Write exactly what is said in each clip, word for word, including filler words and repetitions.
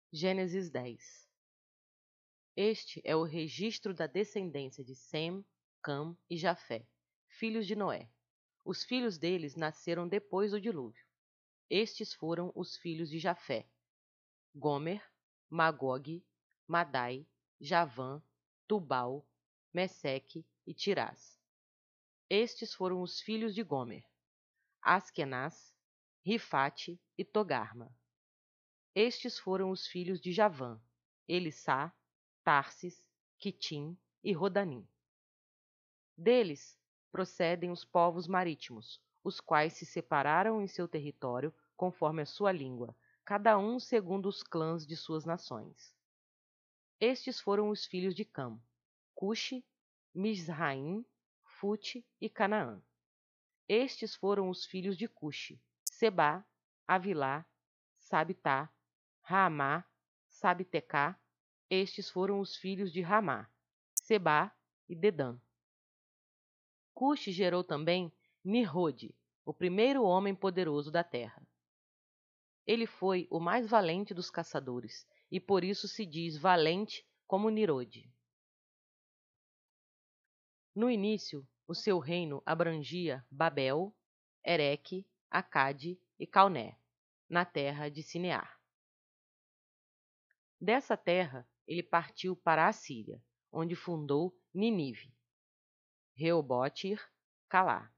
Gênesis dez. Este é o registro da descendência de Sem, Cam e Jafé, filhos de Noé. Os filhos deles nasceram depois do dilúvio. Estes foram os filhos de Jafé: Gomer, Magog, Madai, Javã, Tubal, Meseque e Tirás. Estes foram os filhos de Gomer: Askenaz, Rifate e Togarma. Estes foram os filhos de Javã: Elissá, Tarsis, Quitim e Rodanim. Deles procedem os povos marítimos, os quais se separaram em seu território conforme a sua língua, cada um segundo os clãs de suas nações. Estes foram os filhos de Cam: Cuxi, Mizraim, Fute e Canaã. Estes foram os filhos de Cuxi: Sebá, Avilá, Sabitá, Raamá, Sabtecá. Estes foram os filhos de Ramá: Sebá e Dedã. Cuxi gerou também Nimrode, o primeiro homem poderoso da terra. Ele foi o mais valente dos caçadores, e por isso se diz valente como Nimrode. No início, o seu reino abrangia Babel, Ereque, Acade e Calné, na terra de Sinear. Dessa terra, ele partiu para a Assíria, onde fundou Nínive, Reobote-ir, Calá,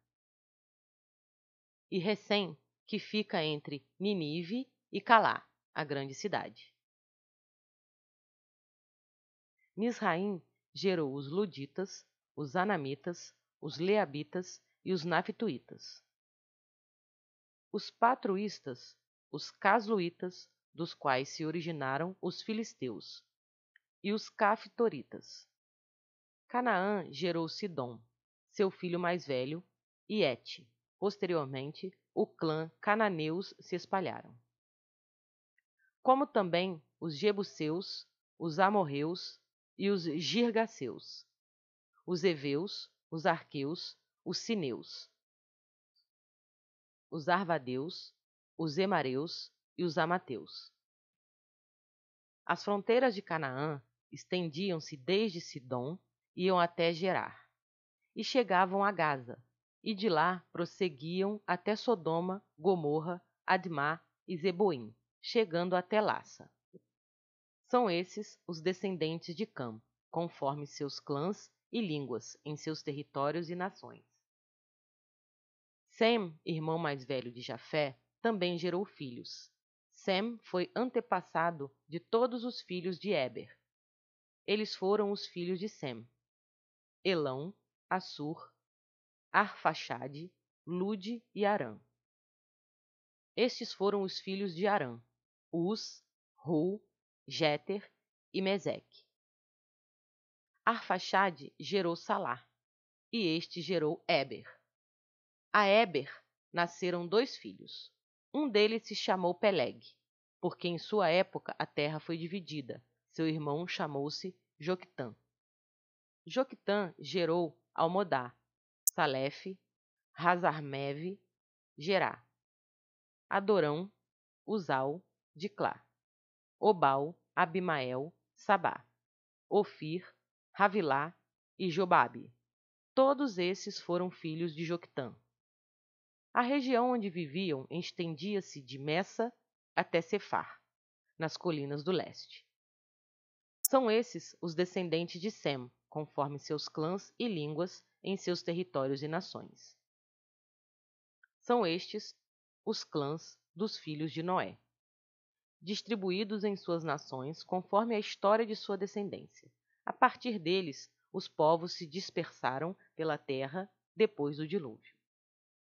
e Recém, que fica entre Nínive e Calá, a grande cidade. Mizraim gerou os Luditas, os Anamitas, os Leabitas e os Naftuítas. Os Patruístas, os Casluítas, dos quais se originaram os filisteus, e os Caftoritas. Canaã gerou Sidom, seu filho mais velho, e Et. Posteriormente, o clã cananeus se espalharam. Como também os Jebuseus, os Amorreus e os Girgaceus, os Eveus, os Arqueus, os Sineus, os Arvadeus, os Emareus e os Amateus. As fronteiras de Canaã estendiam-se desde Sidom, iam até Gerar, e chegavam a Gaza, e de lá prosseguiam até Sodoma, Gomorra, Admá e Zeboim, chegando até Lassa. São esses os descendentes de Cam, conforme seus clãs e línguas, em seus territórios e nações. Sem, irmão mais velho de Jafé, também gerou filhos. Sem foi antepassado de todos os filhos de Éber. Eles foram os filhos de Sem: Elão, Assur, Arfaxade, Lude e Arã. Estes foram os filhos de Arã: Uz, Ru, Jéter e Meseque. Arfaxade gerou Salá, e este gerou Éber. A Éber nasceram dois filhos. Um deles se chamou Peleg, porque em sua época a terra foi dividida. Seu irmão chamou-se Joctã. Joctã gerou Almodá, Salefe, Razarmeve, Gerá, Adorão, Uzal, Diclá, Obal, Abimael, Sabá, Ofir, Havilá e Jobabe. Todos esses foram filhos de Joctã. A região onde viviam estendia-se de Messa até Cefar, nas colinas do leste. São esses os descendentes de Sem, conforme seus clãs e línguas, em seus territórios e nações. São estes os clãs dos filhos de Noé, distribuídos em suas nações conforme a história de sua descendência. A partir deles, os povos se dispersaram pela terra depois do dilúvio.